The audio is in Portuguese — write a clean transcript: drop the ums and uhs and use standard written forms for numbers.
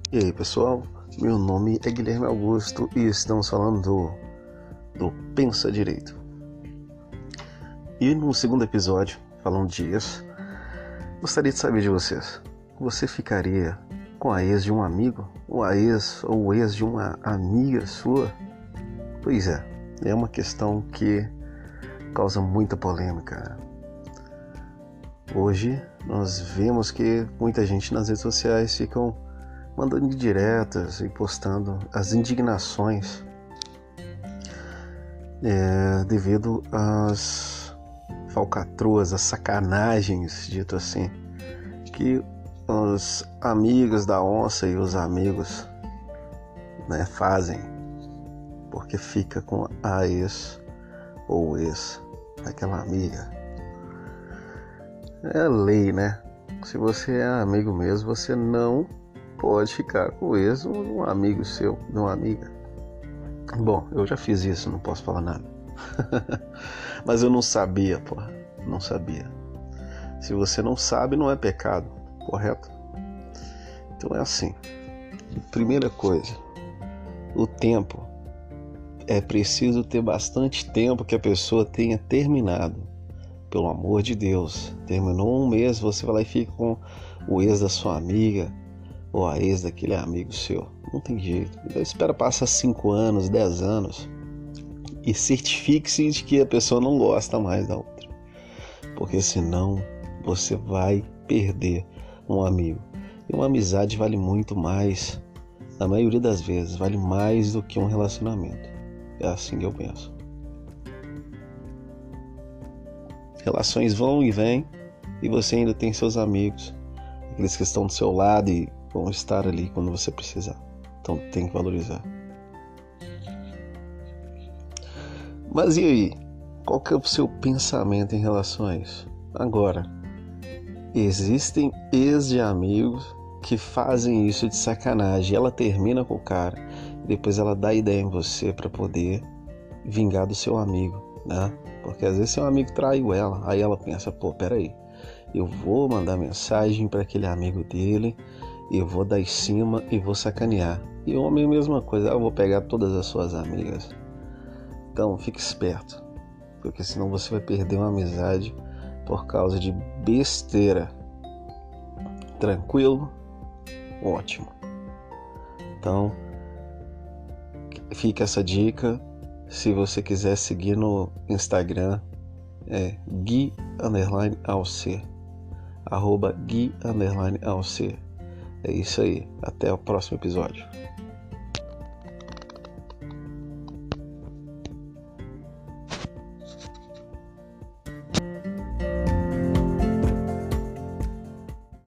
E aí pessoal, meu nome é Guilherme Augusto e estamos falando do Pensa Direito. E no segundo episódio, falando de ex, gostaria de saber de vocês. Você ficaria com a ex de um amigo? Ou a ex ou o ex de uma amiga sua? Pois é uma questão que causa muita polêmica. Hoje nós vemos que muita gente nas redes sociais ficam mandando indiretas e postando as indignações devido às falcatruas, às sacanagens, dito assim, que os amigos da onça e os amigos fazem, porque fica com a ex ou o ex daquela amiga. É lei, né? Se você é amigo mesmo, você não pode ficar com o ex de um amigo seu, de uma amiga. Bom, eu já fiz isso, não posso falar nada. Mas eu não sabia, não sabia. Se você não sabe, não é pecado, correto? Então é assim. Primeira coisa, o tempo. É preciso ter bastante tempo que a pessoa tenha terminado. Pelo amor de Deus, terminou um mês, você vai lá e fica com o ex da sua amiga ou a ex daquele amigo seu. Não tem jeito. Então, espera passar 5 anos, 10 anos e certifique-se de que a pessoa não gosta mais da outra. Porque senão você vai perder um amigo. E uma amizade vale muito mais, na maioria das vezes, vale mais do que um relacionamento. É assim que eu penso. Relações vão e vêm e você ainda tem seus amigos, aqueles que estão do seu lado e vão estar ali quando você precisar. Então tem que valorizar. Mas e aí? Qual que é o seu pensamento em relação a isso? Agora, existem ex de amigos que fazem isso de sacanagem. Ela termina com o cara e depois ela dá ideia em você para poder vingar do seu amigo, né? Porque às vezes seu amigo traiu ela, aí ela pensa, peraí, eu vou mandar mensagem para aquele amigo dele, eu vou dar em cima e vou sacanear. E o homem é a mesma coisa, eu vou pegar todas as suas amigas. Então fique esperto, porque senão você vai perder uma amizade por causa de besteira. Tranquilo? Ótimo. Então fica essa dica. Se você quiser seguir no Instagram, é Gui_Alc, @Gui_Alc. É isso aí. Até o próximo episódio.